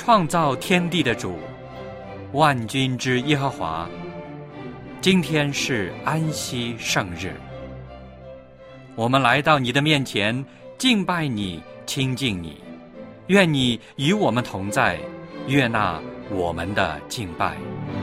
创造天地的主，万军之耶和华，今天是安息圣日。我们来到你的面前，敬拜你，亲近你。愿你与我们同在，悦纳我们的敬拜。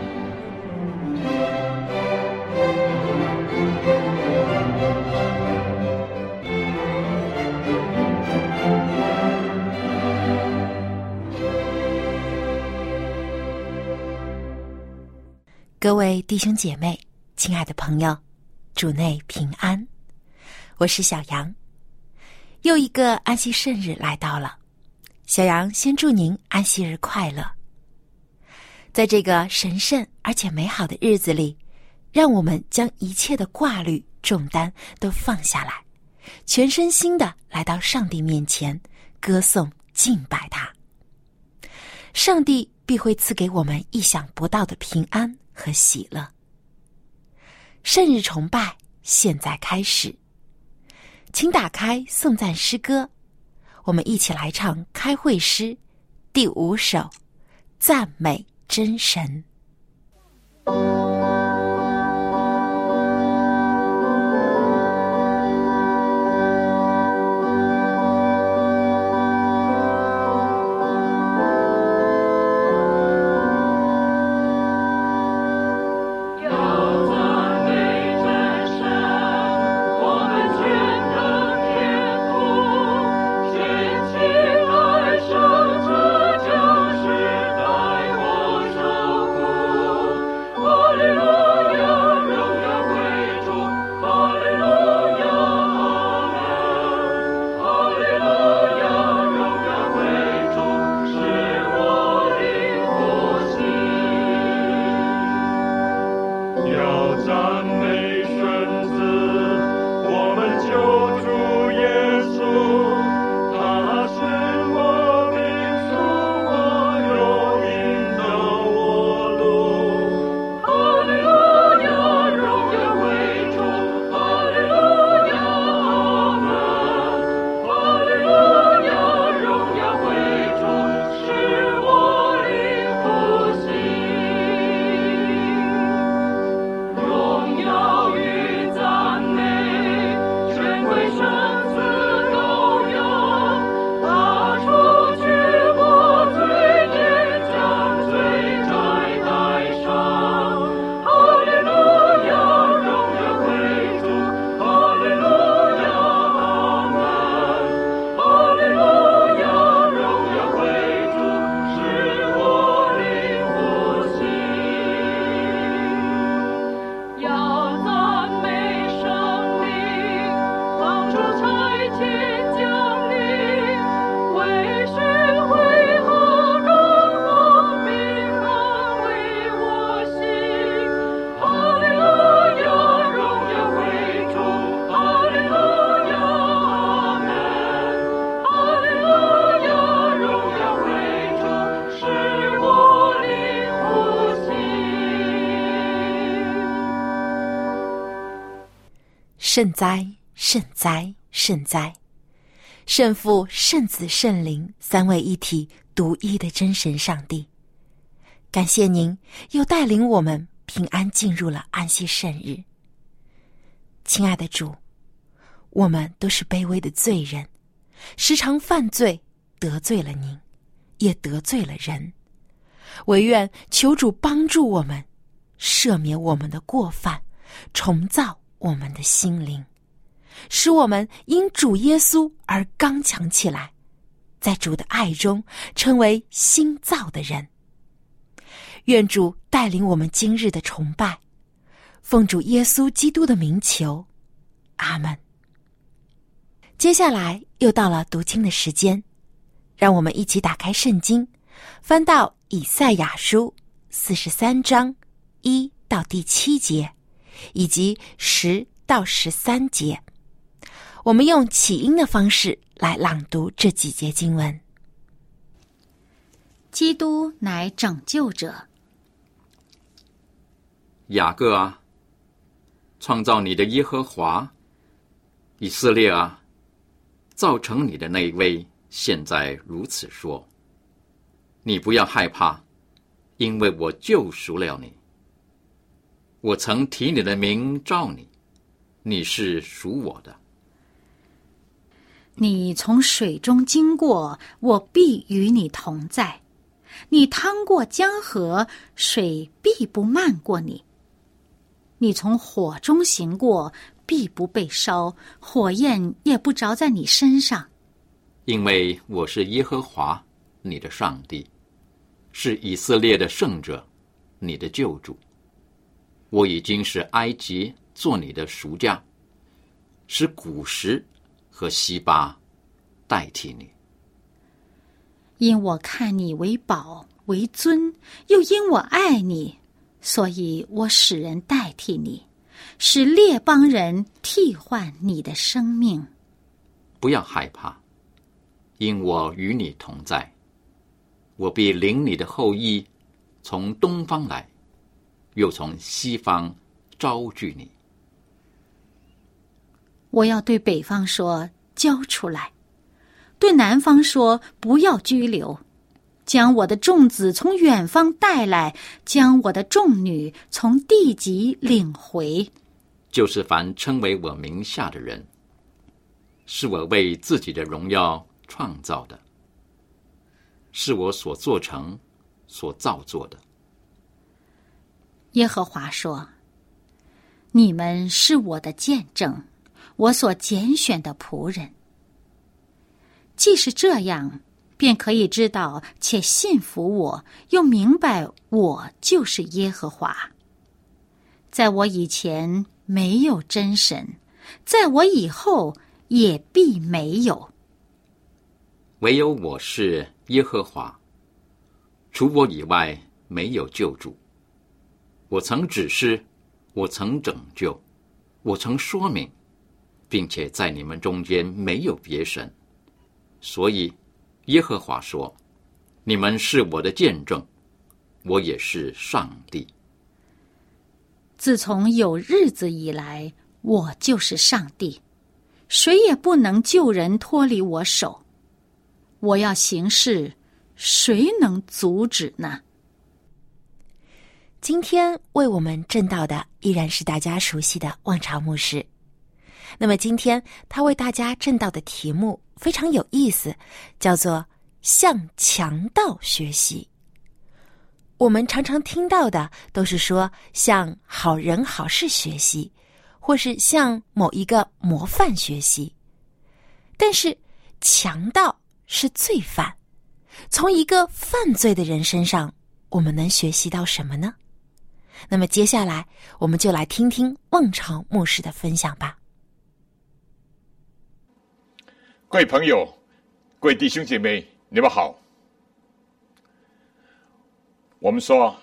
各位弟兄姐妹，亲爱的朋友，主内平安，我是小杨。又一个安息圣日来到了，小杨先祝您安息日快乐。在这个神圣而且美好的日子里，让我们将一切的挂虑重担都放下来，全身心的来到上帝面前，歌颂敬拜他。上帝必会赐给我们意想不到的平安和喜乐。圣日崇拜现在开始，请打开颂赞诗歌，我们一起来唱开会诗第5首，赞美真神。圣哉，圣哉，圣哉！圣父、圣子、圣灵三位一体独一的真神上帝，感谢您又带领我们平安进入了安息圣日。亲爱的主，我们都是卑微的罪人，时常犯罪，得罪了您，也得罪了人。唯愿求主帮助我们，赦免我们的过犯，重造我们的心灵，使我们因主耶稣而刚强起来，在主的爱中成为新造的人。愿主带领我们今日的崇拜，奉主耶稣基督的名求，阿们。接下来又到了读经的时间，让我们一起打开圣经，翻到以赛亚书43章1到第7节，以及10到13节。我们用起音的方式来朗读这几节经文。 基督乃拯救者。 雅各啊，创造你的耶和华；以色列啊，造成你的那一位，现在如此说： 你不要害怕，因为我救赎了你。我曾提你的名召你，你是属我的。 你从水中经过，我必与你同在。你趟过江河，水必不漫过你。你从火中行过，必不被烧，火焰也不着在你身上。 因为我是耶和华，你的上帝，是以色列的圣者，你的救主。我已经使埃及做你的赎价，使古时和西巴代替你。 因我看你为宝为尊，又因我爱你，所以我使人代替你，使列邦人替换你的生命。 不要害怕，因我与你同在。我必领你的后裔从东方来，又从西方招聚你。 我要对北方说，交出来；对南方说，不要拘留。将我的众子从远方带来，将我的众女从地极领回。 就是凡称为我名下的人，是我为自己的荣耀创造的，是我所做成、所造作的。 耶和华说：你们是我的见证，我所拣选的仆人。既是这样，便可以知道且信服我，又明白我就是耶和华。在我以前没有真神，在我以后也必没有。 唯有我是耶和华，除我以外没有救主。我曾指示，我曾拯救，我曾说明，并且在你们中间没有别神。所以耶和华说：你们是我的见证，我也是上帝。 自从有日子以来，我就是上帝，谁也不能救人脱离我手。我要行事，谁能阻止呢？ 今天为我们证道的依然是大家熟悉的望潮牧师。那么今天他为大家证道的题目非常有意思，叫做向强盗学习。我们常常听到的都是说向好人好事学习，或是向某一个模范学习。但是强盗是罪犯，从一个犯罪的人身上，我们能学习到什么呢？那么接下来我们就来听听望潮牧师的分享吧。 各位朋友，各位弟兄姐妹，你们好。我们说，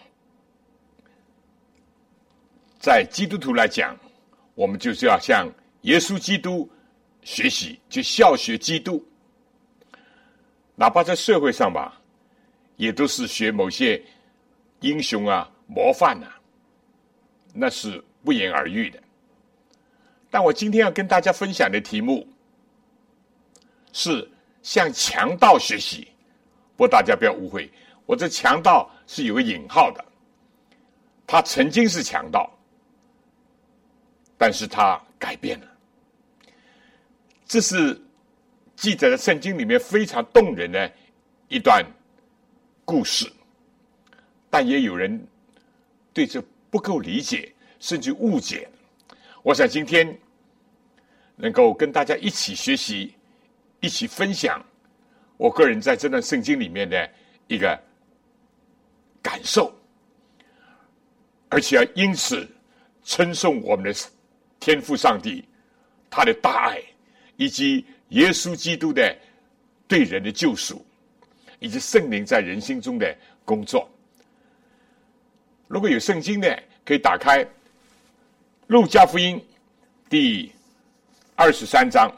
在基督徒来讲，我们就是要向耶稣基督学习，就效学基督。哪怕在社会上吧，也都是学某些英雄啊、模范啊，那是不言而喻的。但我今天要跟大家分享的题目是向强盗学习。不过大家不要误会，我这强盗是有个引号的，他曾经是强盗，但是他改变了。这是记载在圣经里面非常动人的一段故事，但也有人对这不够理解，甚至误解。我想今天能够跟大家一起学习，一起分享我个人在这段圣经里面的一个感受，而且要因此称颂我们的天父上帝，他的大爱，以及耶稣基督的对人的救赎，以及圣灵在人心中的工作。如果有圣经的，可以打开路加福音第23章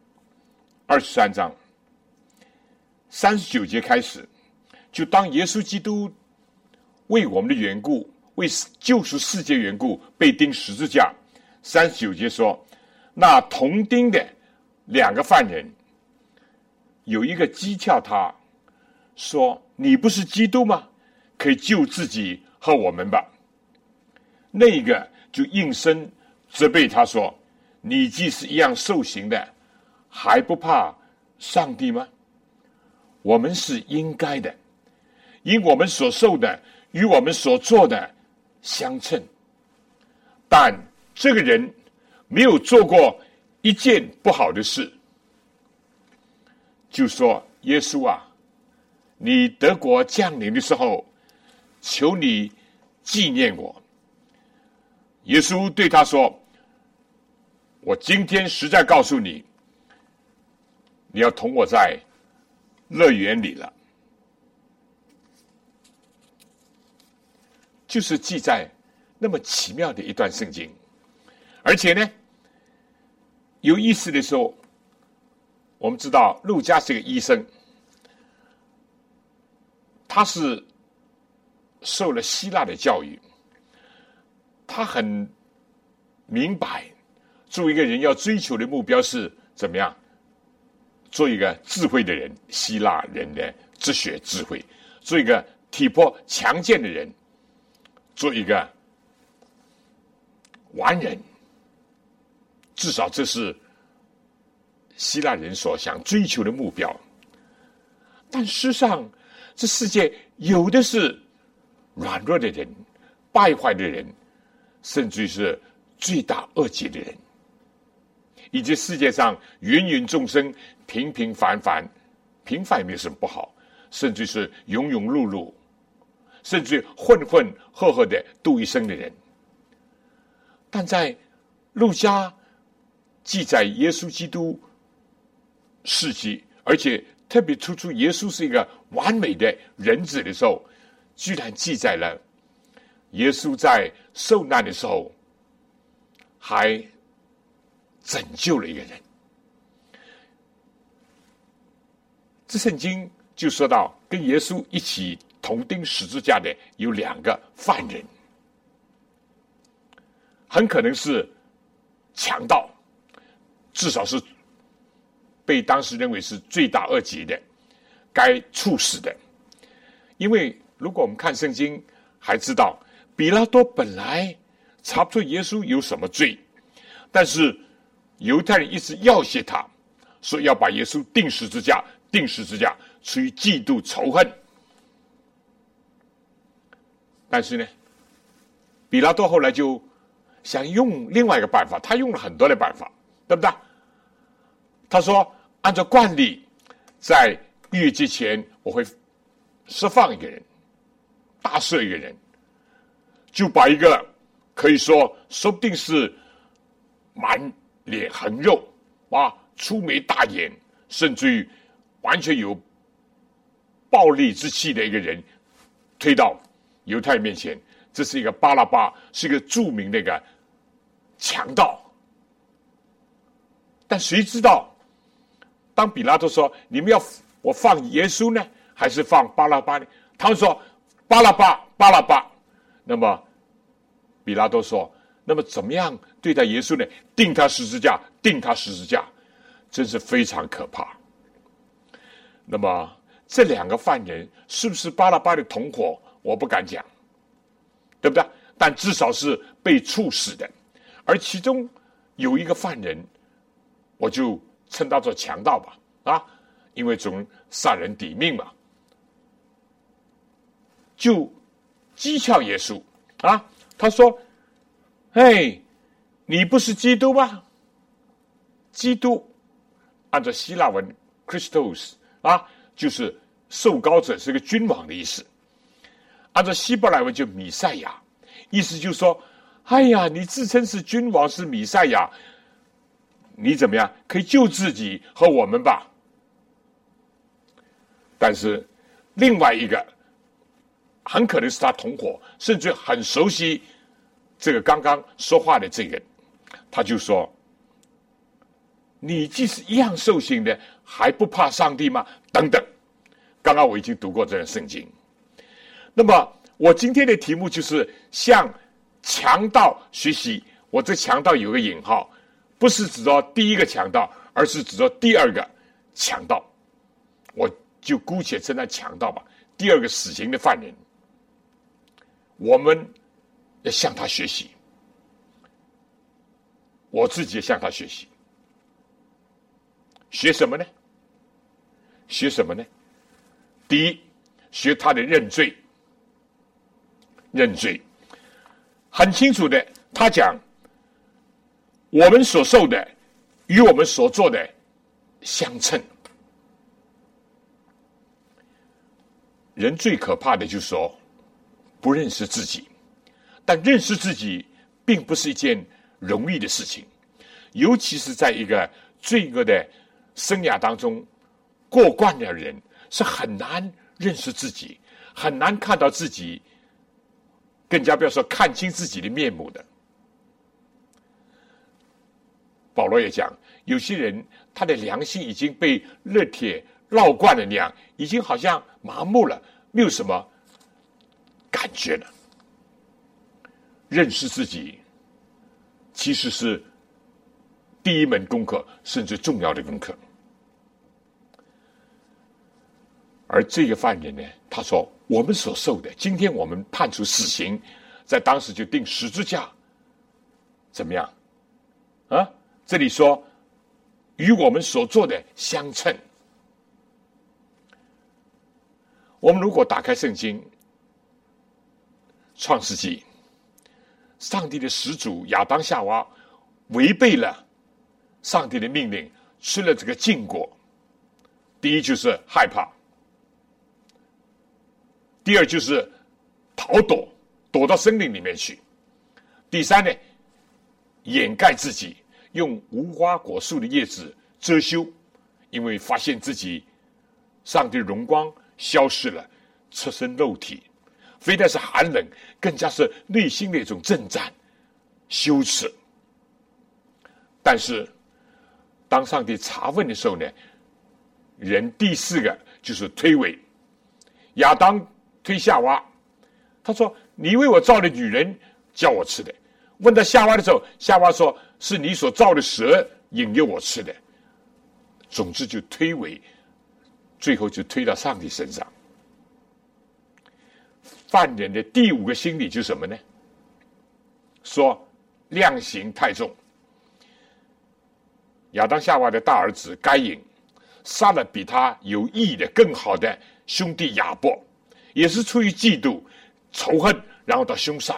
39节开始，就当耶稣基督为我们的缘故，为救赎世界缘故被钉十字架。39节说，那同钉的两个犯人，有一个讥诮他， 说：“你不是基督吗？可以救自己和我们吧。”那一个就应声责备他说：“你既是一样受刑的，还不怕上帝吗？我们是应该的，因我们所受的与我们所做的相称。但这个人没有做过一件不好的事。”就说：“耶稣啊，你得国降临的时候，求你纪念我。”耶稣对他说：“我今天实在告诉你，你要同我在乐园里了。”就是记载那么奇妙的一段圣经。而且呢，有意思的时候，我们知道路加是个医生，他是受了希腊的教育，他很明白做一个人要追求的目标是怎么样，做一个智慧的人，希腊人的哲学智慧，做一个体魄强健的人，做一个完人，至少这是希腊人所想追求的目标。但事实上，这世界有的是软弱的人，败坏的人，甚至是罪大恶极的人，以及世界上芸芸众生平平凡凡，平凡也没有什么不好，甚至是庸庸碌碌，甚至混混赫赫的度一生的人。但在路加记载耶稣基督事迹，而且特别突出耶稣是一个完美的人子的时候，居然记载了耶稣在受难的时候还拯救了一个人。这圣经就说到，跟耶稣一起同钉十字架的有2个犯人，很可能是强盗，至少是被当时认为是罪大恶极的，该处死的。因为如果我们看圣经，还知道比拉多本来查不出耶稣有什么罪，但是犹太人一直要挟他，说要把耶稣钉十字架，钉十字架，出于嫉妒仇恨。但是呢，比拉多后来就想用另外一个办法，他用了很多的办法，对不对？他说按照惯例，在逾越节前我会释放一个人，大赦一个人，就把一个可以说不定是满脸横肉啊，粗眉大眼，甚至于完全有暴戾之气的一个人推到犹太人面前。这是一个巴拉巴，是一个著名的一个强盗。但谁知道，当比拉多说你们要我放耶稣呢，还是放巴拉巴呢？他们说巴拉巴，巴拉巴。那么比拉多说，那么怎么样对待耶稣呢？钉他十字架，钉他十字架，真是非常可怕。那么这2个犯人是不是巴拉巴的同伙，我不敢讲，对不对？但至少是被处死的。而其中有一个犯人，我就称他做强盗吧，啊，因为总杀人抵命嘛，就讥诮耶稣啊，他说：“哎，你不是基督吗？”基督按照希腊文 Christos 啊，就是受膏者，是个君王的意思。按照希伯来文就弥赛亚，意思就是说，哎呀，你自称是君王，是弥赛亚，你怎么样可以救自己和我们吧？但是另外一个很可能是他同伙，甚至很熟悉这个刚刚说话的这个，他就说：“你既是一样受刑的，还不怕上帝吗？”等等。刚刚我已经读过这段圣经。那么我今天的题目就是向强盗学习。我这强盗有个引号，不是指着第一个强盗，而是指着第2个强盗。我就姑且称他强盗吧。第二个死刑的犯人，我们要向他学习，我自己也向他学习。学什么呢？学什么呢？第一，学他的认罪。认罪，很清楚的，他讲我们所受的与我们所做的相称。人最可怕的就是说不认识自己，但认识自己并不是一件容易的事情，尤其是在一个罪恶的生涯当中过惯的人是很难认识自己，很难看到自己，更加不要说看清自己的面目的。保罗也讲，有些人他的良心已经被热铁烙惯了那样，已经好像麻木了，没有什么感觉了。认识自己其实是第一门功课，甚至重要的功课。而这个犯人呢，他说我们所受的，今天我们判处死刑，在当时就定十字架，怎么样啊？这里说与我们所做的相称。我们如果打开圣经创世纪，上帝的始祖亚当夏娃违背了上帝的命令，吃了这个禁果。第一就是害怕，第二就是逃躲，躲到森林里面去。第三呢，掩盖自己，用无花果树的叶子遮羞，因为发现自己上帝的荣光消失了，赤身肉体，非但是寒冷，更加是内心的一种震颤、羞耻。但是当上帝查问的时候呢，人第四个就是推诿。亚当推夏娃，他说你为我造的女人叫我吃的。问到夏娃的时候，夏娃说是你所造的蛇引诱我吃的。总之就推诿，最后就推到上帝身上。犯人的第五个心理就是什么呢？说量刑太重。亚当夏娃的大儿子该隐杀了比他有义的更好的兄弟亚伯，也是出于嫉妒仇恨，然后到凶杀。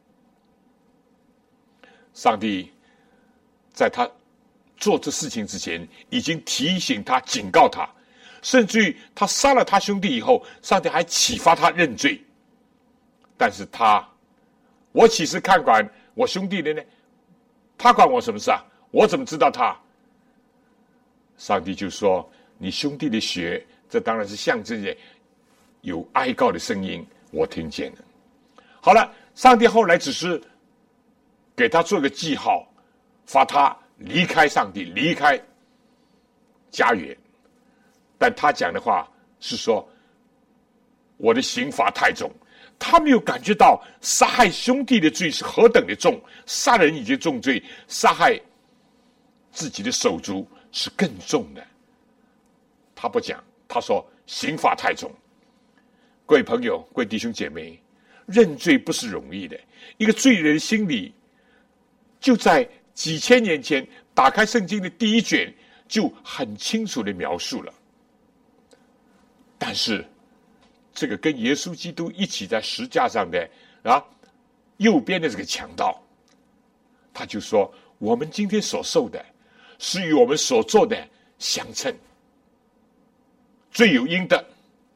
上帝在他做这事情之前已经提醒他、警告他，甚至于他杀了他兄弟以后，上帝还启发他认罪。但是我岂是看管我兄弟的呢？他管我什么事啊？我怎么知道他？上帝就说你兄弟的血，这当然是象征着有哀告的声音，我听见了。好了，上帝后来只是给他做个记号，罚他离开上帝，离开家园。但他讲的话是说我的刑罚太重，他没有感觉到杀害兄弟的罪是何等的重，杀人已经重罪，杀害自己的手足是更重的。他不讲，他说刑罚太重。各位朋友，各位弟兄姐妹，认罪不是容易的。一个罪人心里就在几千年前打开圣经的第一卷就很清楚的描述了。但是这个跟耶稣基督一起在十字架上的右边的这个强盗，他就说我们今天所受的是与我们所做的相称，罪有应得，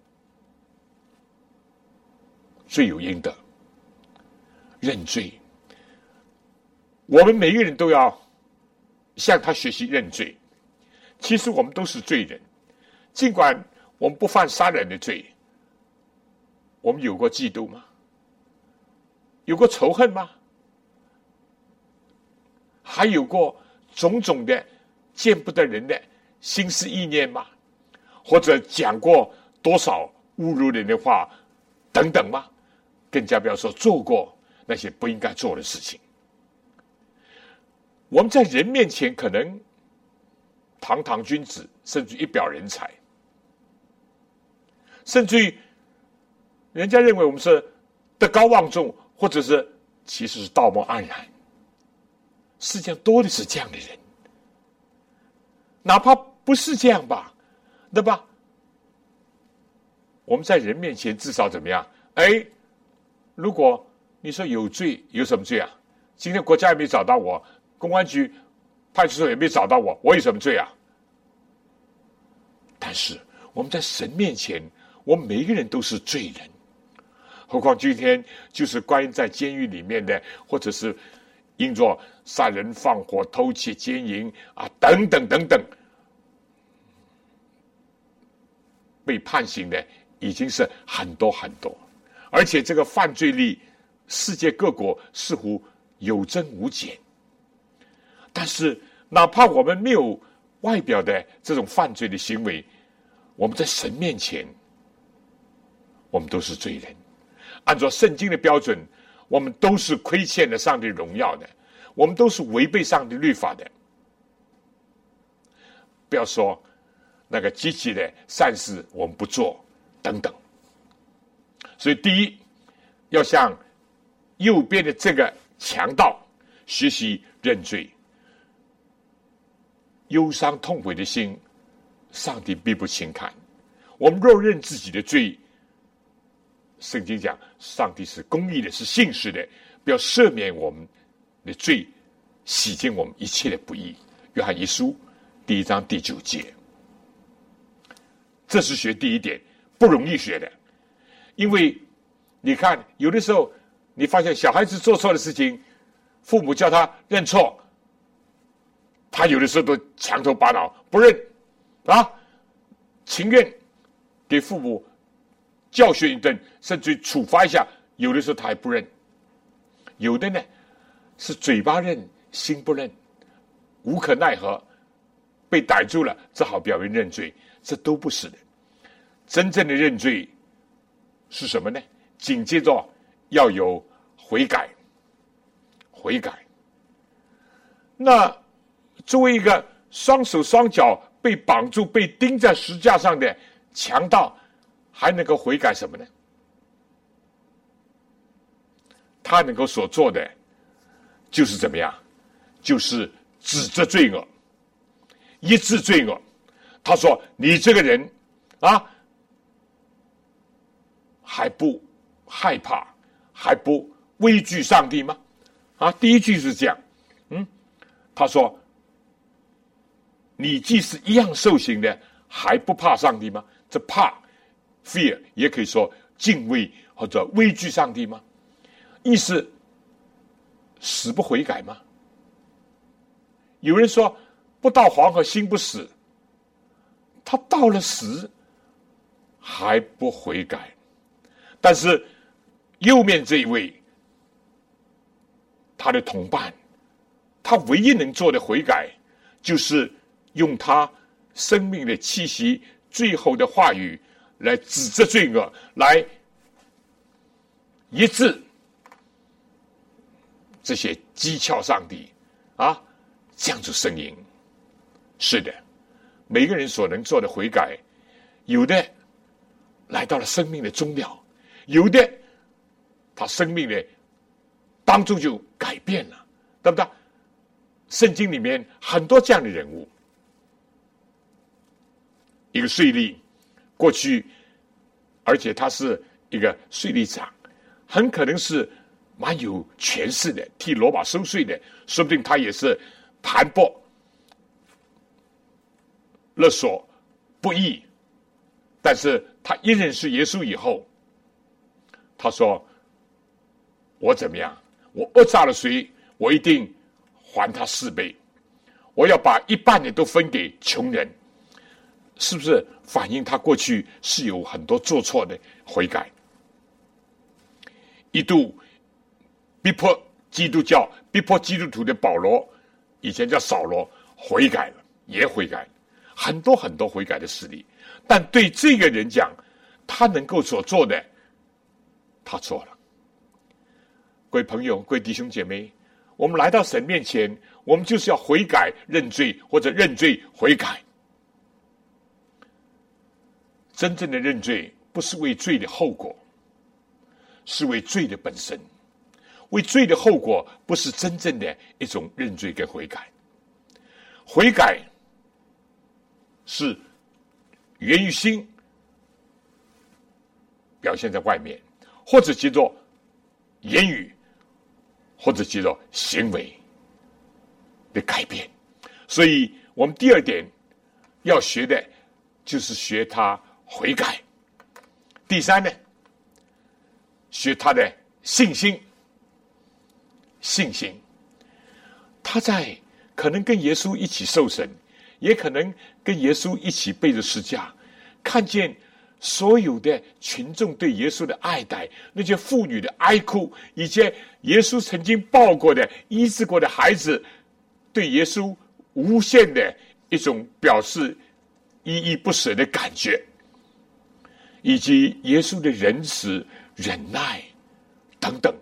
罪有应得。认罪，我们每一个人都要向他学习认罪。其实我们都是罪人，尽管我们不犯杀人的罪，我们有过嫉妒吗？有过仇恨吗？还有过种种的见不得人的心思意念吗？或者讲过多少侮辱人的话等等吗？更加不要说做过那些不应该做的事情。我们在人面前可能堂堂君子，甚至一表人才， 甚至于人家认为我们是德高望重，或者是其实是道貌岸然。世界上多的是这样的人，哪怕不是这样吧，对吧？我们在人面前至少怎么样？哎，如果你说有罪，有什么罪啊？今天国家也没找到我，公安局、派出所也没找到我，我有什么罪啊？但是我们在神面前，我们每一个人都是罪人。何况今天就是关于在监狱里面的，或者是因着杀人、放火、偷窃、奸淫啊等等等等，被判刑的已经是很多很多，而且这个犯罪率，世界各国似乎有增无减。但是，哪怕我们没有外表的这种犯罪的行为，我们在神面前，我们都是罪人。按照圣经的标准，我们都是亏欠了上帝荣耀的，我们都是违背上帝律法的。不要说那个积极的善事我们不做等等。所以第一，要向右边的这个强盗学习认罪。忧伤痛悔的心，上帝必不轻看。我们若认自己的罪，圣经讲上帝是公义的，是信实的，不要赦免我们的罪，洗净我们一切的不义。约翰一书1章9节。这是学第一点，不容易学的。因为你看，有的时候你发现小孩子做错的事情，父母叫他认错，他有的时候都强头巴脑不认啊，情愿给父母教训一顿，甚至处罚一下，有的时候他还不认。有的呢是嘴巴认心不认，无可奈何，被逮住了只好表明认罪，这都不是的。真正的认罪是什么呢？紧接着要有悔改。悔改。那作为一个双手双脚被绑住、被钉在石架上的强盗，还能够悔改什么呢？他能够所做的就是怎么样？就是指责罪恶，医治罪恶。他说：“你这个人啊，还不害怕，还不畏惧上帝吗？”啊，第一句是这样。他说：“你既是一样受刑的，还不怕上帝吗？”这怕 fear 也可以说敬畏或者畏惧上帝吗？意思死不悔改吗？有人说不到黄河心不死，他到了死还不悔改。但是右面这一位，他的同伴，他唯一能做的悔改，就是用他生命的气息、最后的话语来指责罪恶，来医治这些讥诮上帝啊这样子声音。是的，每个人所能做的悔改，有的来到了生命的终了，有的他生命的当中就改变了，对不对？圣经里面很多这样的人物。一个税吏，过去而且他是一个税吏长，很可能是蛮有权势的，替罗马收税的，说不定他也是盘剥勒索不义。但是他一认识耶稣以后，他说：“我怎么样？我讹诈了谁，我一定还他4倍，我要把一半的都分给穷人。”是不是反映他过去是有很多做错的悔改？一度逼迫基督教、逼迫基督徒的保罗，以前叫扫罗，悔改了，也悔改了，很多很多悔改的事例。但对这个人讲，他能够所做的，他做了。各位朋友、各位弟兄姐妹，我们来到神面前，我们就是要悔改认罪，或者认罪悔改。真正的认罪不是为罪的后果，是为罪的本身。为罪的后果不是真正的一种认罪跟悔改，悔改是源于心，表现在外面，或者叫做言语，或者叫做行为的改变。所以我们第二点要学的就是学他悔改。第三呢，学他的信心。信心，他在可能跟耶稣一起受审，也可能跟耶稣一起背着十架，看见所有的群众对耶稣的爱戴，那些妇女的哀哭，以及耶稣曾经抱过的医治过的孩子对耶稣无限的一种表示依依不舍的感觉，以及耶稣的仁慈忍耐等等，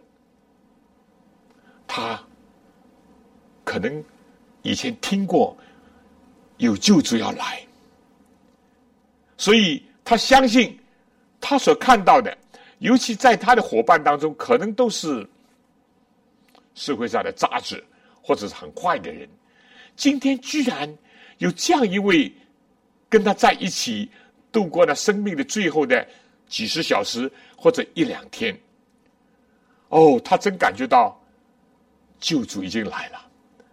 他可能以前听过有救主要来，所以他相信他所看到的，尤其在他的伙伴当中，可能都是社会上的渣子或者是很坏的人。今天居然有这样一位跟他在一起度过了生命的最后的几十小时或者一两天，哦，他真感觉到救主已经来了。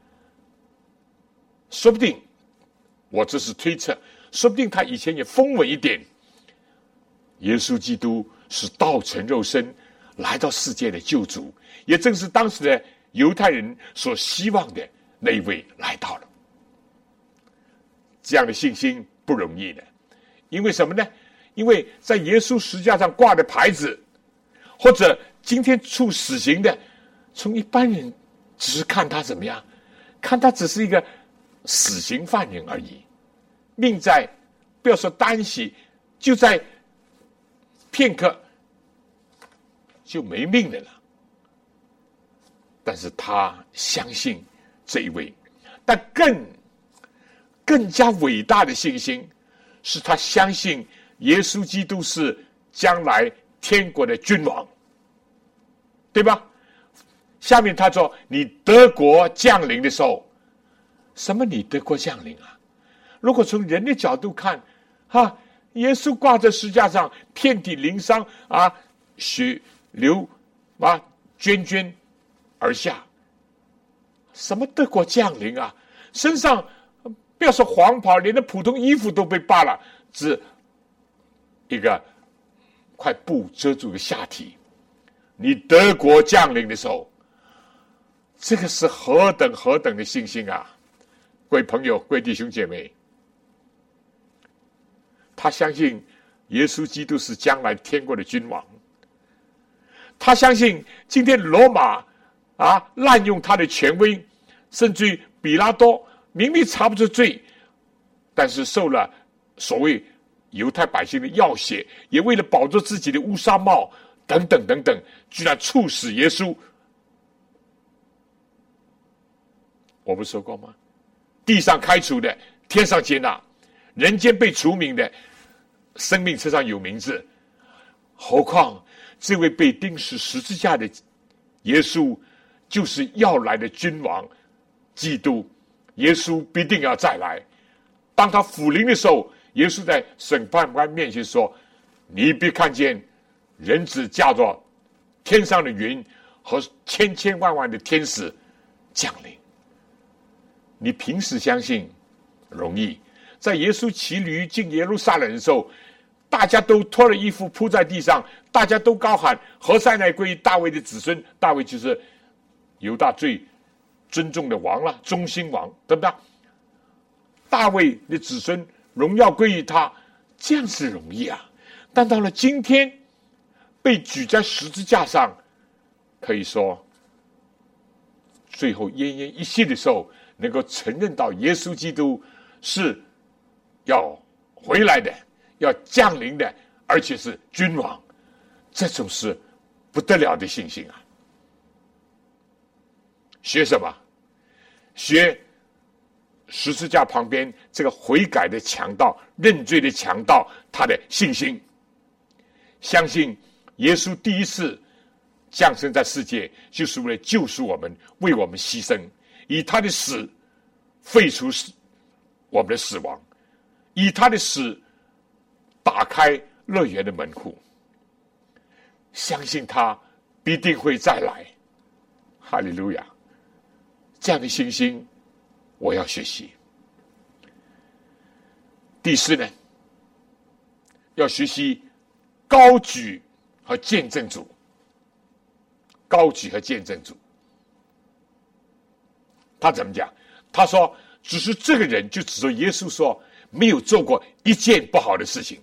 说不定，我这是推测，说不定他以前也风闻一点，耶稣基督是道成肉身来到世界的救主，也正是当时的犹太人所希望的那一位来到了。这样的信心不容易的，因为什么呢？因为在耶稣十字架上挂的牌子，或者今天处死刑的，从一般人只是看他怎么样，看他只是一个死刑犯人而已，命在不要说单息，就在片刻就没命的了。但是他相信这一位，但更加伟大的信心是他相信耶稣基督是将来天国的君王，对吧？下面他说你得国降临的时候，什么你得国降临啊？如果从人的角度看，耶稣挂在十字架上，遍体鳞伤啊，血流啊，涓涓而下，什么得国降临啊？身上不要说黄袍，连那普通衣服都被扒了，只一个块布遮住个下体。你得国降临的时候，这个是何等的信心啊！各位朋友，各位弟兄姐妹，他相信耶稣基督是将来天国的君王，他相信今天罗马滥用他的权威，甚至于比拉多明明查不出罪，但是受了所谓犹太百姓的要挟，也为了保住自己的乌纱帽等等等等，居然处死耶稣。我不说过吗？地上开除的，天上接纳；人间被除名的，生命册上有名字。何况这位被钉死十字架的耶稣，就是要来的君王基督。耶稣必定要再来。当他复临的时候，耶稣在审判官面前说：你必看见人子驾着天上的云和千千万万的天使降临。你平时相信容易，在耶稣骑驴进耶路撒冷的时候，大家都脱了衣服铺在地上，大家都高喊何塞乃归于大卫的子孙。大卫就是犹大最尊重的王了，中兴王，对不对？大卫的子孙荣耀归于他，这样是容易啊。但到了今天被举在十字架上，可以说最后奄奄一息的时候，能够承认到耶稣基督是要回来的，要降临的，而且是君王，这种是不得了的信心啊！学什么？学十字架旁边这个悔改的强盗、认罪的强盗，他的信心。 相信耶稣第一次降生在世界，就是为了救赎我们，为我们牺牲，以他的死废除我们的死亡，以他的死打开乐园的门户。相信他必定会再来。哈利路亚！这样的信心我要学习。第四呢，要学习高举和见证主。高举和见证主，他怎么讲？他说只是这个人，就指着耶稣说，没有做过一件不好的事情。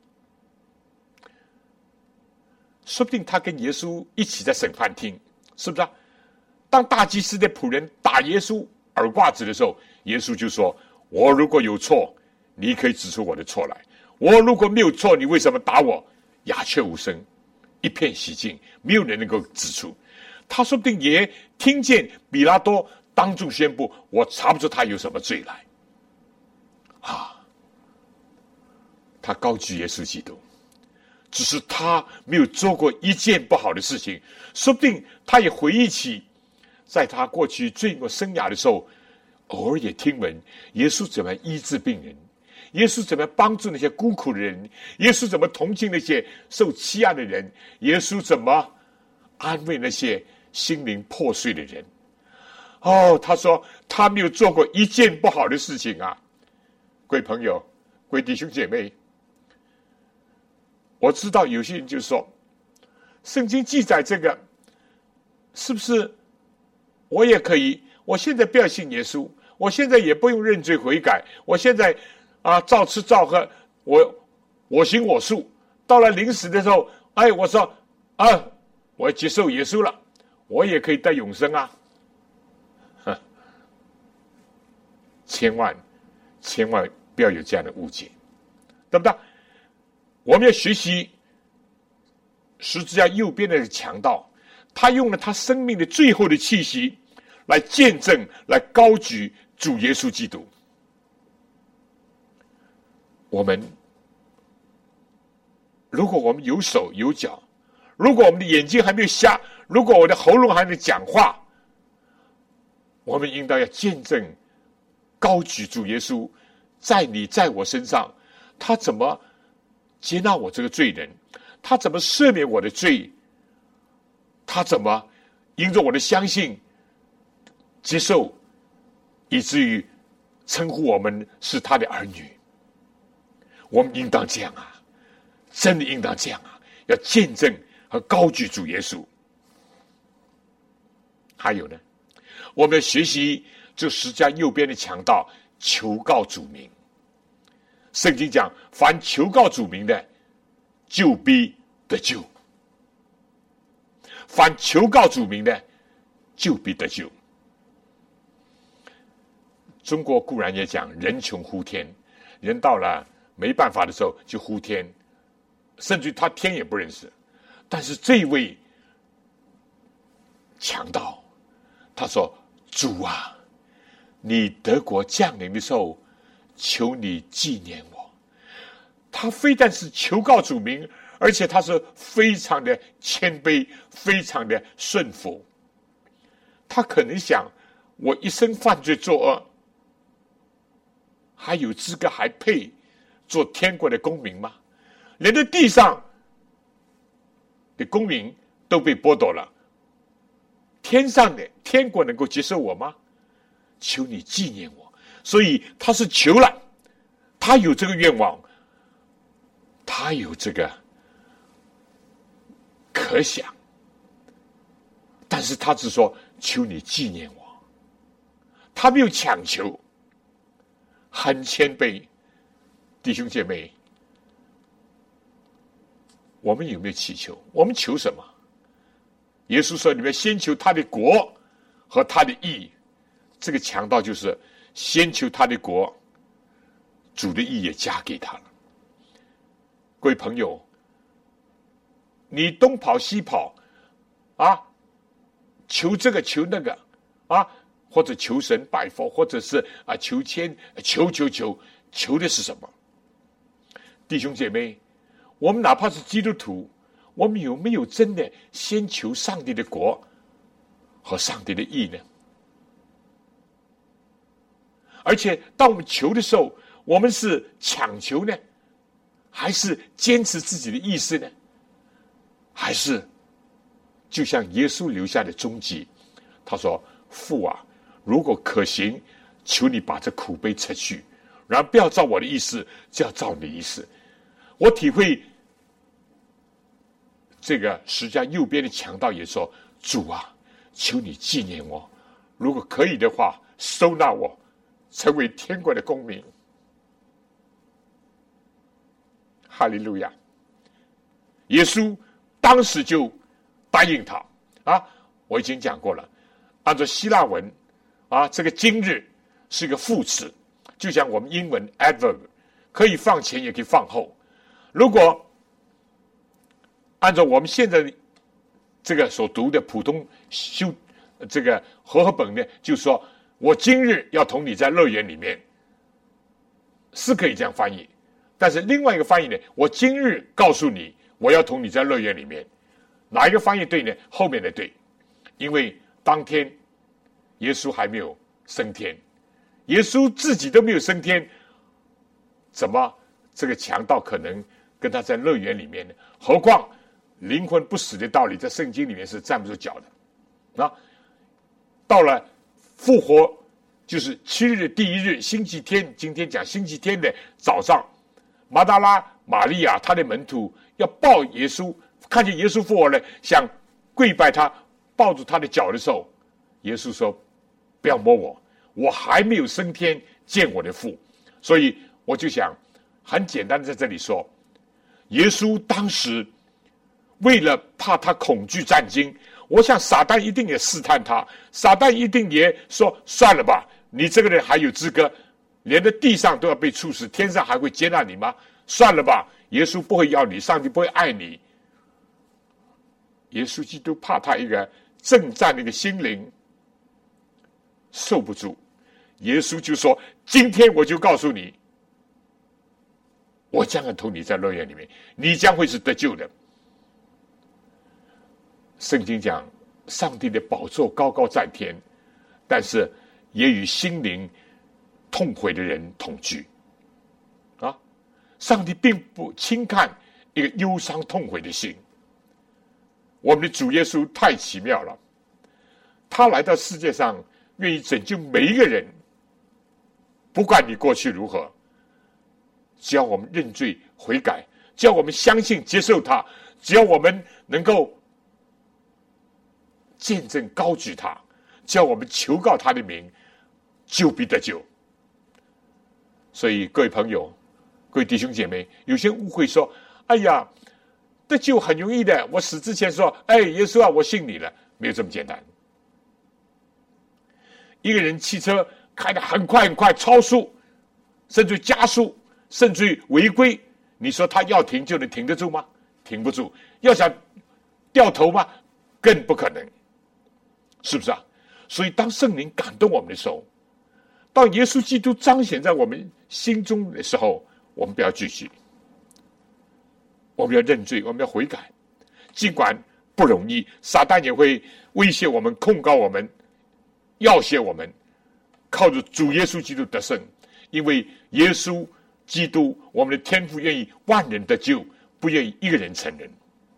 说不定他跟耶稣一起在审判厅，是不是啊？当大祭司的仆人打耶稣耳刮子的时候，耶稣就说，我如果有错，你可以指出我的错来，我如果没有错，你为什么打我？鸦雀无声，一片寂静，没有人能够指出。他说不定也听见比拉多当众宣布，我查不出他有什么罪来。他高举耶稣基督，只是他没有做过一件不好的事情。说不定他也回忆起在他过去罪恶生涯的时候，偶尔也听闻耶稣怎么医治病人，耶稣怎么帮助那些孤苦的人，耶稣怎么同情那些受欺压的人，耶稣怎么安慰那些心灵破碎的人。他说他没有做过一件不好的事情啊。各位朋友，各位弟兄姐妹，我知道有些人就说，圣经记载这个是不是我也可以？我现在不要信耶稣，我现在也不用认罪悔改，我现在照吃照喝，我行我素。到了临死的时候，我说我接受耶稣了，我也可以得永生啊！千万不要有这样的误解，对不对？我们要学习十字架右边的强盗，他用了他生命的最后的气息来见证，来高举主耶稣基督。如果我们有手有脚，如果我们的眼睛还没有瞎，如果我的喉咙还能讲话，我们应当要见证高举主耶稣在你在我身上，他怎么接纳我这个罪人，他怎么赦免我的罪，他怎么因着我的相信接受，以至于称呼我们是他的儿女。我们应当这样啊，真的应当这样啊，要见证和高举主耶稣。还有呢，我们要学习这十字架右边的强盗，求告主名。圣经讲，凡求告主名的，就必得救。凡求告主名的，就必得救。中国固然也讲人穷呼天，人到了没办法的时候就呼天，甚至他天也不认识。但是这位强盗，他说，主啊，你得国降临的时候，求你纪念我。他非但是求告主名，而且他是非常的谦卑，非常的顺服。他可能想，我一生犯罪作恶，还有资格还配做天国的公民吗？连在地上的公民都被剥夺了，天上的天国能够接受我吗？求你纪念我。所以他是求了，他有这个愿望，他有这个可想，但是他只说求你纪念我，他没有强求，很谦卑。弟兄姐妹，我们有没有祈求？我们求什么？耶稣说，你们先求他的国和他的义。这个强盗就是先求他的国，主的义也加给他了。各位朋友，你东跑西跑求这个求那个或者求神拜佛，或者是求签，求的是什么？弟兄姐妹， 我们哪怕是基督徒，我们有没有真的先求上帝的国和上帝的义呢？而且当我们求的时候，我们是强求呢，还是坚持自己的意思呢？还是就像耶稣留下的踪迹，他说：父啊，如果可行，求你把这苦杯撤去，然后不要照我的意思，就要照你的意思。我体会这个十字架右边的强盗也说：主啊，求你纪念我，如果可以的话，收纳我成为天国的公民。哈利路亚！耶稣当时就答应他啊！我已经讲过了，按照希腊文啊，这个今日是一个副词，就像我们英文 adverb， 可以放前也可以放后。如果按照我们现在这个所读的普通这个和合本呢，就是说我今日要同你在乐园里面，是可以这样翻译。但是另外一个翻译呢，我今日告诉你，我要同你在乐园里面，哪一个翻译对呢？后面的对，因为当天耶稣还没有升天，耶稣自己都没有升天，怎么这个强盗可能跟他在乐园里面呢？何况灵魂不死的道理在圣经里面是站不住脚的啊！到了复活，就是7日的第1日，星期天，今天讲星期天的早上，马达拉玛利亚他的门徒要抱耶稣，看见耶稣复活了，想跪拜他，抱住他的脚的时候，耶稣说：不要摸我，我还没有升天见我的父。所以我就想很简单的在这里说，耶稣当时为了怕他恐惧战惊，我想撒旦一定也试探他，撒旦一定也说：算了吧，你这个人还有资格，连在地上都要被处死，天上还会接纳你吗？算了吧，耶稣不会要你，上帝不会爱你。耶稣基督怕他一个征战的一个心灵受不住，耶稣就说：今天我就告诉你，我将要同你在乐园里面，你将会是得救的。圣经讲，上帝的宝座高高在天，但是也与心灵痛悔的人同居啊！上帝并不轻看一个忧伤痛悔的心。我们的主耶稣太奇妙了，他来到世界上，愿意拯救每一个人，不管你过去如何，只要我们认罪悔改，只要我们相信接受他，只要我们能够见证高举他，只要我们求告他的名，就必得救。所以各位朋友，各位弟兄姐妹，有些误会说：哎呀，得救很容易的，我死之前说：哎，耶稣啊，我信你了。没有这么简单。一个人汽车开得很快很快，超速，甚至加速，甚至于违规，你说他要停就能停得住吗？停不住。要想掉头吗？更不可能，是不是啊？所以当圣灵感动我们的时候，当耶稣基督彰显在我们心中的时候，我们不要拒绝，我们要认罪，我们要悔改。尽管不容易，撒旦也会威胁我们，控告我们，要挟我们，靠着主耶稣基督得胜。因为耶稣基督，我们的天父愿意万人得救，不愿意一个人成人。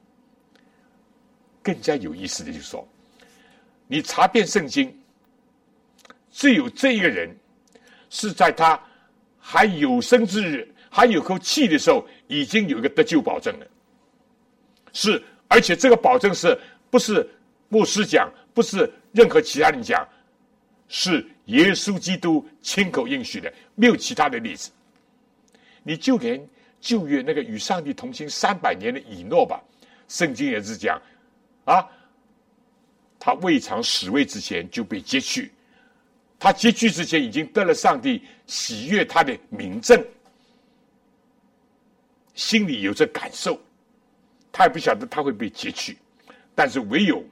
更加有意思的就是说，你查遍圣经，只有这一个人是在他还有生之日，还有口气的时候，已经有一个得救保证了。是，而且这个保证是不是牧师讲，不是任何其他人讲，是耶稣基督亲口应许的，没有其他的例子。你就连旧约那个与上帝同行300年的以诺吧，圣经也是讲啊，他未尝死位之前就被接去，他接去之前已经得了上帝喜悦他的明证，心里有着感受，他也不晓得他会被接去，但是唯有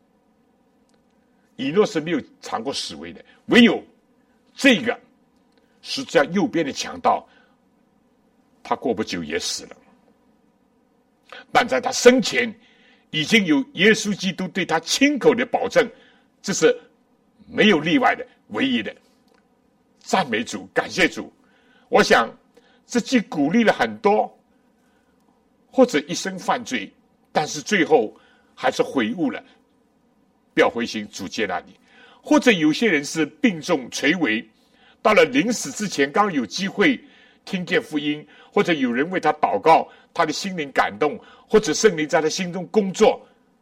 以诺是没有尝过死位的，唯有这个实际上右边的强盗，他过不久也死了。 但在他生前已经有耶稣基督对他亲口的保证，这是没有例外的，唯一的。赞美主，感谢主。我想这既鼓励了很多或者一生犯罪，但是最后还是悔悟了，不要灰心，主接纳你。或者有些人是病重垂危，到了临死之前刚有机会听见福音，或者有人为他祷告，他的心灵感动，或者圣灵在他心中工作，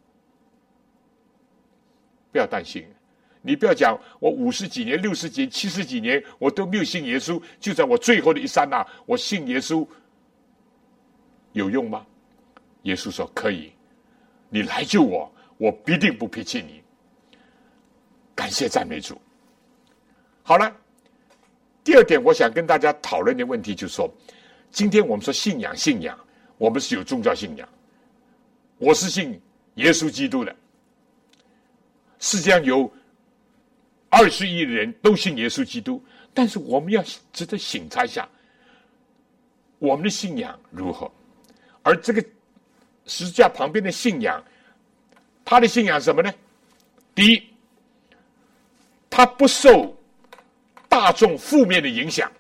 不要担心。你不要讲我50几年、60几年、70几年我都没有信耶稣，就在我最后的一刹那我信耶稣，有用吗？耶稣说可以，你来救我，我必定不撇弃你。感谢赞美主。好了，第二点我想跟大家讨论的问题就是说，今天我们说信仰，我们是有宗教信仰，我是信耶稣基督的，世界上有20亿的人都信耶稣基督，但是我们要值得省察一下我们的信仰如何。而这个十字架旁边的信仰，他的信仰是什么呢？第一，他不受大众负面的影响。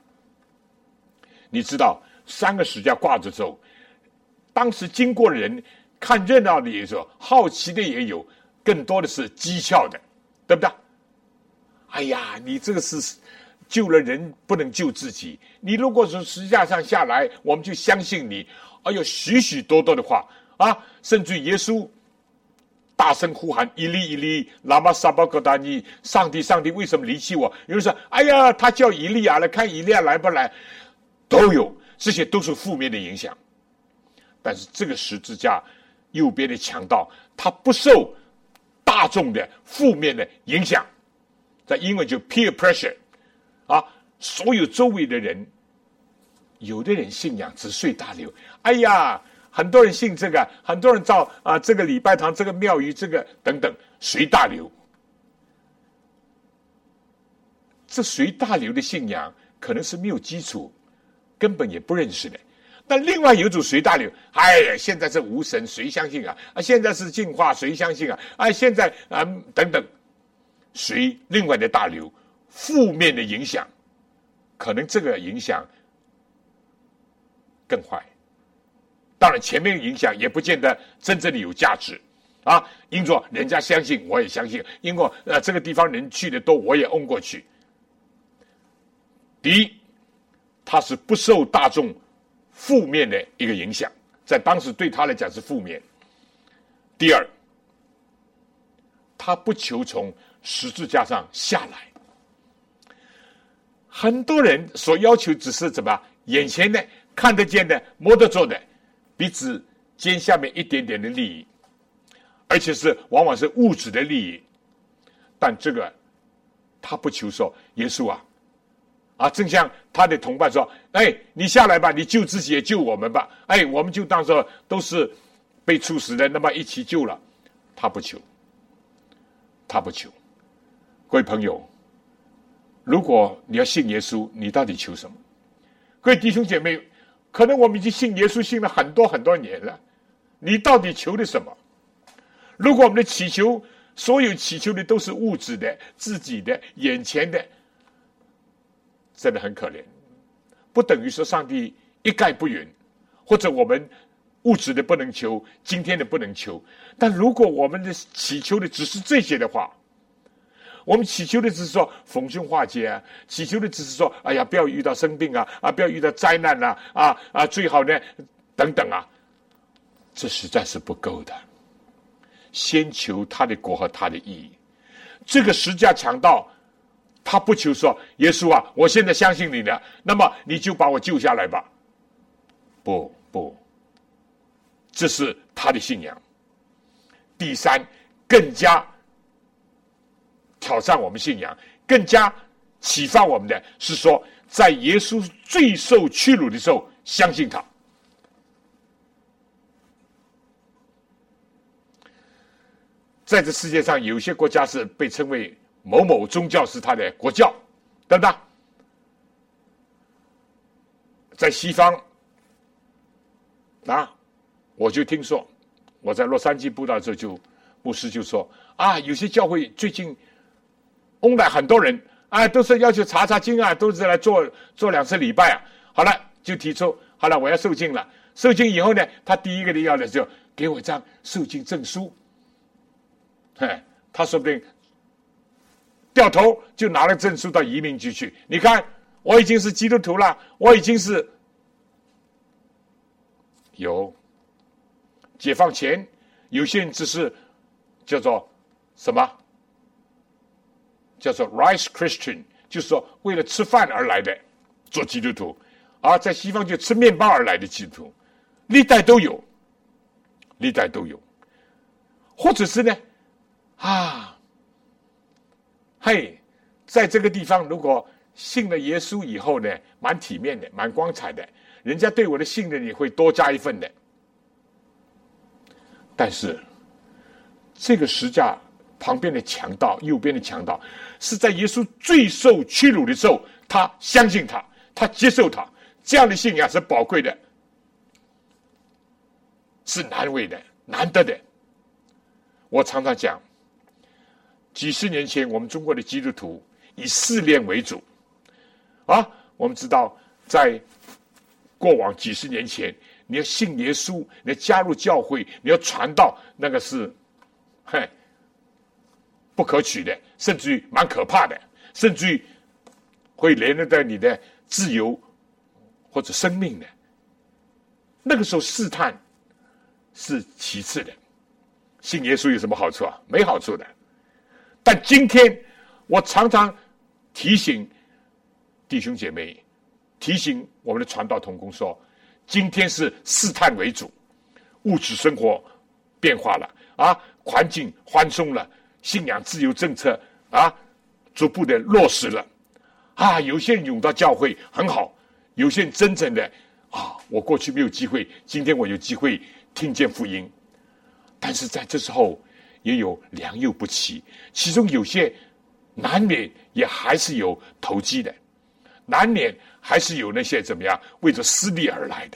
你知道3个十字架挂着之后，当时经过的人看热闹的也有，好奇的也有，更多的是讥诮的，对不对？哎呀，你这个是救了人不能救自己，你如果从十字架上下来我们就相信你。哎呦，许许多多的话啊，甚至耶稣大声呼喊伊利伊利拉玛撒巴格达尼，上帝上帝为什么离弃我？有人说哎呀，他叫以利亚来，看以利亚来不来，都有，这些都是负面的影响。但是这个十字架右边的强盗，他不受大众的负面的影响，在英文就 peer pressure 啊，所有周围的人，有的人信仰只随大流，哎呀，很多人信这个，很多人造这个礼拜堂，这个庙宇，这个等等，随大流。这随大流的信仰可能是没有基础，根本也不认识的。但另外有一种随大流，哎呀，现在是无神，谁相信啊？现在是进化，谁相信啊？现在等等，随另外的大流，负面的影响，可能这个影响更坏。当然前面的影响也不见得真正的有价值啊，因着人家相信我也相信，因为这个地方人去的多我也嗡过去。第一，他是不受大众负面的一个影响，在当时对他来讲是负面。第二，他不求从十字架上下来。很多人所要求只是怎么眼前的看得见的摸得着的鼻子尖下面一点点的利益，而且是往往是物质的利益。但这个他不求说耶稣正像他的同伴说，哎，你下来吧，你救自己也救我们吧，哎，我们就当作都是被处死的，那么一起救了。他不求。各位朋友，如果你要信耶稣，你到底求什么？各位弟兄姐妹，可能我们已经信耶稣信了很多很多年了，你到底求的什么？如果我们的祈求，所有祈求的都是物质的、自己的、眼前的，真的很可怜。不等于说上帝一概不允，或者我们物质的不能求，今天的不能求。但如果我们的祈求的只是这些的话，我们祈求的只是说逢凶化吉祈求的只是说哎呀不要遇到生病不要遇到灾难最好呢等等这实在是不够的。先求他的国和他的义。这个十字架强盗他不求说耶稣我现在相信你了，那么你就把我救下来吧。不，这是他的信仰。第三，更加挑战我们信仰，更加启发我们的是说，在耶稣最受屈辱的时候相信他。在这世界上有些国家是被称为某某宗教是他的国教，对不对？在西方我就听说，我在洛杉矶布道的时候，牧师就说啊，有些教会最近翁来很多人啊，都是要求查经啊，都是来做2次礼拜啊。好了，就提出好了，我要受浸了。受浸以后呢，他第一个要的就给我一张受浸证书。他说不定掉头就拿了证书到移民局去。你看，我已经是基督徒了，我已经是有解放前，有些人只是叫做什么？叫做 rice Christian， 就是说为了吃饭而来的做基督徒，而在西方就吃面包而来的基督徒，历代都有，历代都有。或者是呢，在这个地方如果信了耶稣以后呢，蛮体面的，蛮光彩的，人家对我的信任也会多加一份的。但是这个十架旁边的强盗，右边的强盗，是在耶稣最受屈辱的时候，他相信他，他接受他，这样的信仰是宝贵的，是难为的，难得的。我常常讲，几十年前我们中国的基督徒以试炼为主我们知道在过往几十年前，你要信耶稣，你要加入教会，你要传道，那个是不可取的，甚至于蛮可怕的，甚至于会连累到你的自由或者生命的。那个时候试探是其次的，信耶稣有什么好处啊？没好处的。但今天我常常提醒弟兄姐妹，提醒我们的传道同工说，今天是试探为主，物质生活变化了环境宽松了，信仰自由政策逐步的落实了有些人涌到教会很好，有些人真正的我过去没有机会，今天我有机会听见福音。但是在这时候也有良莠不齐，其中有些难免也还是有投机的，难免还是有那些怎么样为着私利而来的。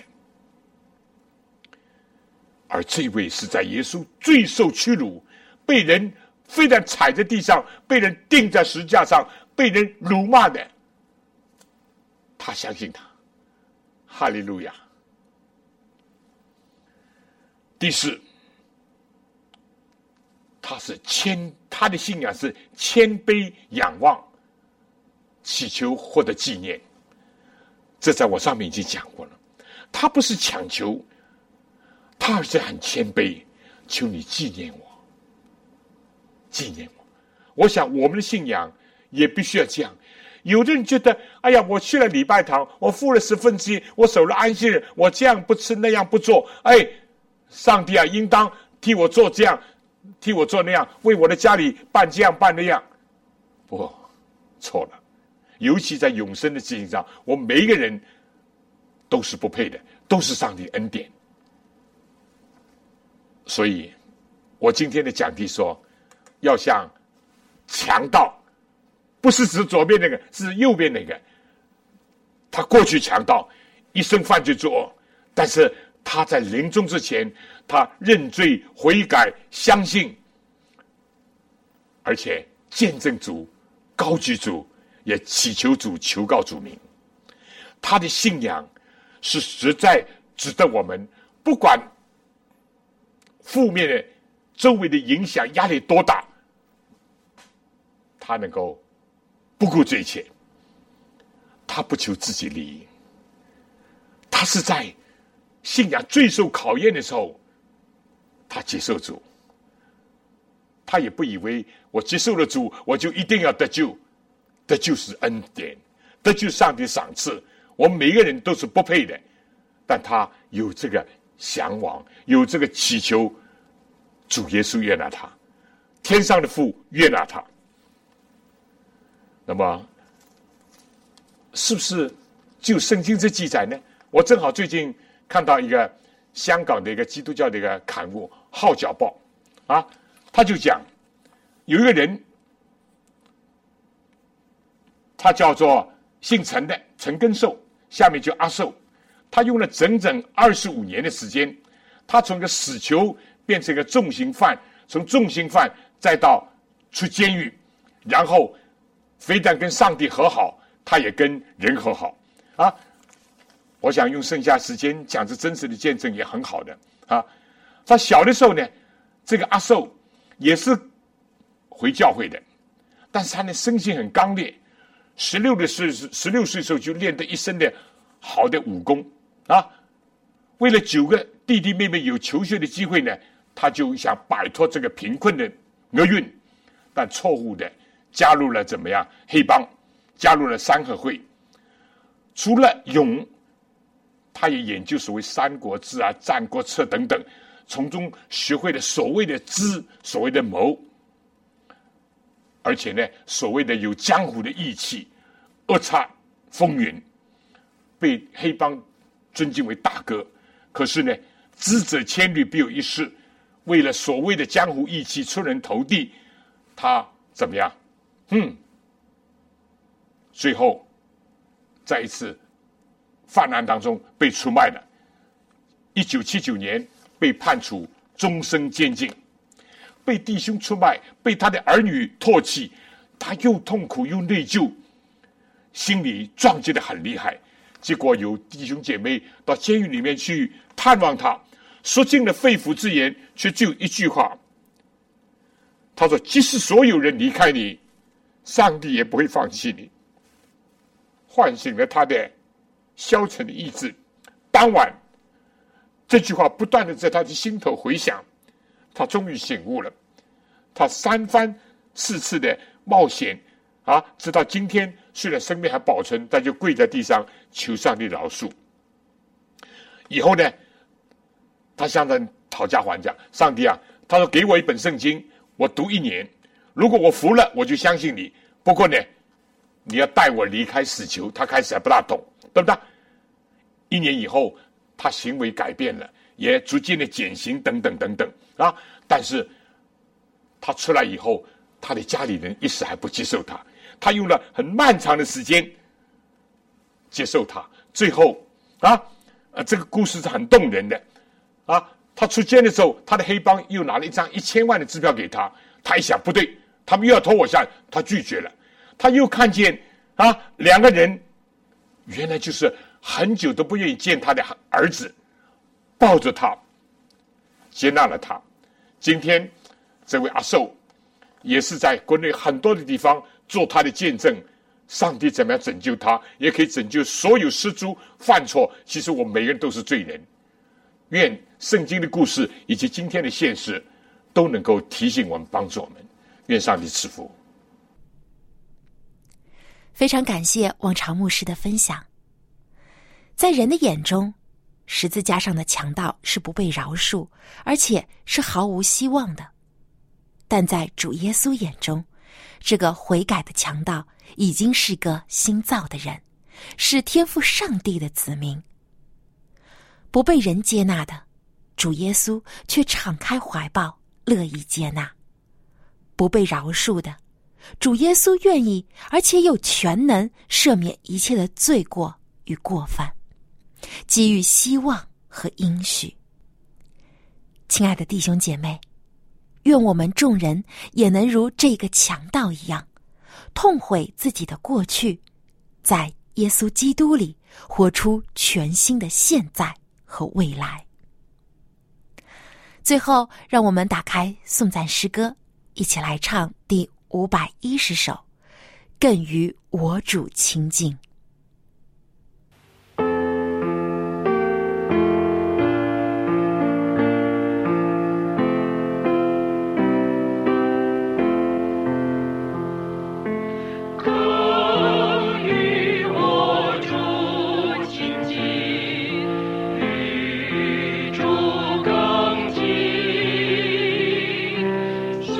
而这位是在耶稣最受屈辱，被人非但踩在地上，被人钉在十字架上，被人辱骂的，他相信他，哈利路亚。第四，他的信仰是谦卑仰望，祈求获得纪念。这在我上面已经讲过了，他不是强求，他而是很谦卑，求你纪念我，纪念我。我想我们的信仰也必须要这样。有的人觉得，哎呀，我去了礼拜堂，我付了1/10，我守了安息日，我这样不吃那样不做，上帝应当替我做这样，替我做那样，为我的家里办这样办那样。不，错了。尤其在永生的事情上，我们每一个人都是不配的，都是上帝恩典。所以我今天的讲题说，要像强盗，不是指左边那个，是右边那个。他过去强盗，一生犯罪作恶，但是他在临终之前，他认罪悔改，相信，而且见证主，高举主，也祈求主，求告主名。他的信仰是实在值得我们，不管负面的周围的影响压力多大，他能够不顾这一切，他不求自己利益，他是在信仰最受考验的时候，他接受主，他也不以为我接受了主，我就一定要得救，得救是恩典，得救上帝赏赐，我们每一个人都是不配的，但他有这个向往，有这个祈求，主耶稣悦纳他，天上的父悦纳他。那么是不是就圣经这记载呢？我正好最近看到一个香港的一个基督教的一个刊物《号角报》他就讲有一个人，他叫做姓陈的陈根寿，下面叫阿寿，他用了整整25年的时间， 他从个死囚变成一个重刑犯，从重刑犯再到出监狱，然后非但跟上帝和好，他也跟人和好啊！我想用剩下时间讲这真实的见证也很好的啊。他小的时候呢，这个阿寿也是回教会的，但是他的生性很刚烈，16岁的时候就练得一身的好的武功啊。为了9个弟弟妹妹有求学的机会呢，他就想摆脱这个贫困的厄运，但错误的加入了怎么样黑帮，加入了三合会。除了勇，他也研究所谓《三国志》啊、《战国策》等等，从中学会了所谓的知，所谓的谋，而且呢，所谓的有江湖的义气，恶煞风云，被黑帮尊敬为大哥。可是呢，知者千虑，必有一失。为了所谓的江湖义气出人头地，他怎么样？最后在一次犯案当中被出卖了。1979年被判处终身监禁，被弟兄出卖，被他的儿女唾弃，他又痛苦又内疚，心里撞击得很厉害。结果有弟兄姐妹到监狱里面去探望他，说尽了肺腑之言，却只有一句话，他说：即使所有人离开你，上帝也不会放弃你。唤醒了他的消沉的意志。当晚这句话不断的在他的心头回响，他终于醒悟了。他3番4次的冒险啊，直到今天虽然生命还保存，但就跪在地上求上帝饶恕。以后呢，他向人讨价还价，上帝啊，他说给我一本圣经，我读1年，如果我服了，我就相信你。不过呢，你要带我离开死囚。他开始还不大懂，对不对？1年以后，他行为改变了，也逐渐的减刑等等等等啊。但是他出来以后，他的家里人一时还不接受他，他用了很漫长的时间接受他。最后这个故事是很动人的啊。他出监的时候，他的黑帮又拿了一张1000万的支票给他，他一想不对，他们又要拖我下来，他拒绝了。他又看见2个人原来就是很久都不愿意见他的儿子，抱着他接纳了他。今天这位阿寿也是在国内很多的地方做他的见证，上帝怎么样拯救他，也可以拯救所有失足犯错。其实我们每个人都是罪人，愿圣经的故事以及今天的现实都能够提醒我们，帮助我们。愿上帝赐福。 非常感谢望潮牧师的分享。在人的眼中，十字架上的强盗是不被饶恕，而且是毫无希望的。但在主耶稣眼中，这个悔改的强盗已经是个新造的人，是天父上帝的子民。不被人接纳的，主耶稣却敞开怀抱，乐意接纳。不被饶恕的，主耶稣愿意而且有全能赦免一切的罪过与过犯，给予希望和应许。亲爱的弟兄姐妹，愿我们众人也能如这个强盗一样，痛悔自己的过去，在耶稣基督里活出全新的现在和未来。最后，让我们打开颂赞诗歌，一起来唱第510首《更与我主亲近》。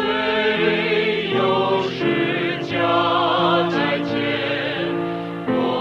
有时家在前。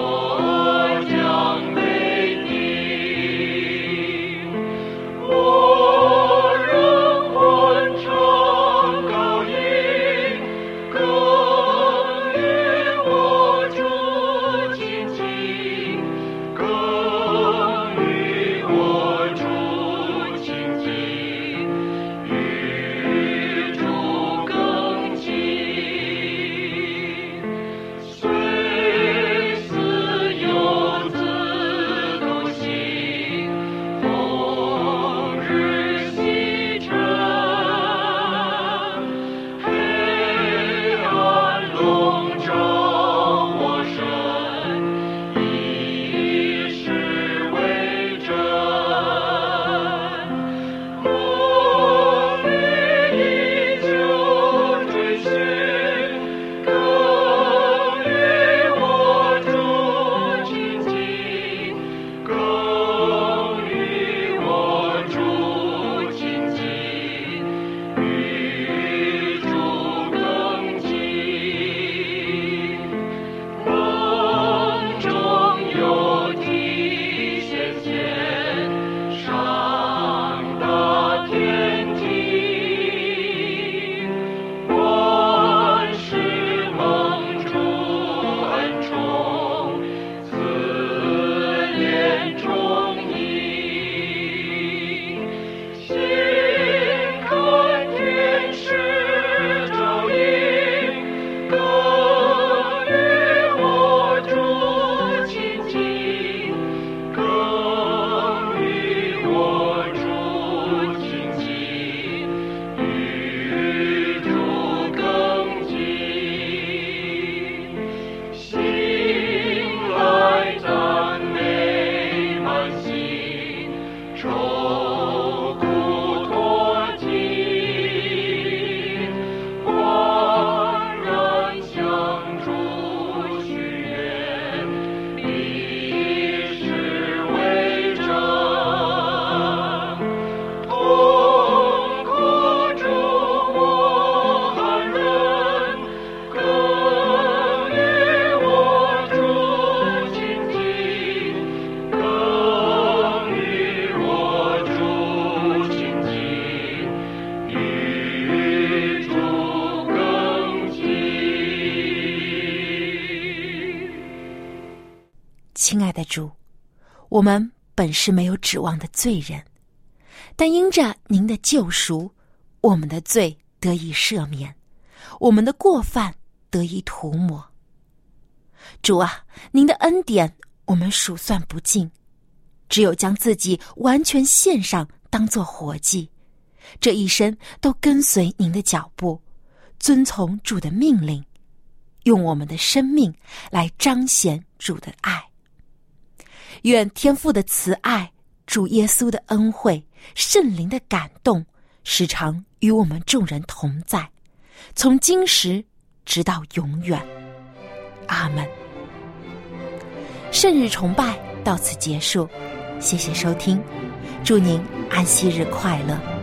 亲爱的主，我们本是没有指望的罪人，但因着您的救赎，我们的罪得以赦免，我们的过犯得以涂抹。主啊，您的恩典我们数算不尽，只有将自己完全献上当作活祭，这一生都跟随您的脚步，遵从主的命令，用我们的生命来彰显主的爱。愿天父的慈爱、主耶稣的恩惠、圣灵的感动，时常与我们众人同在，从今时直到永远。阿们。圣日崇拜到此结束，谢谢收听，祝您安息日快乐。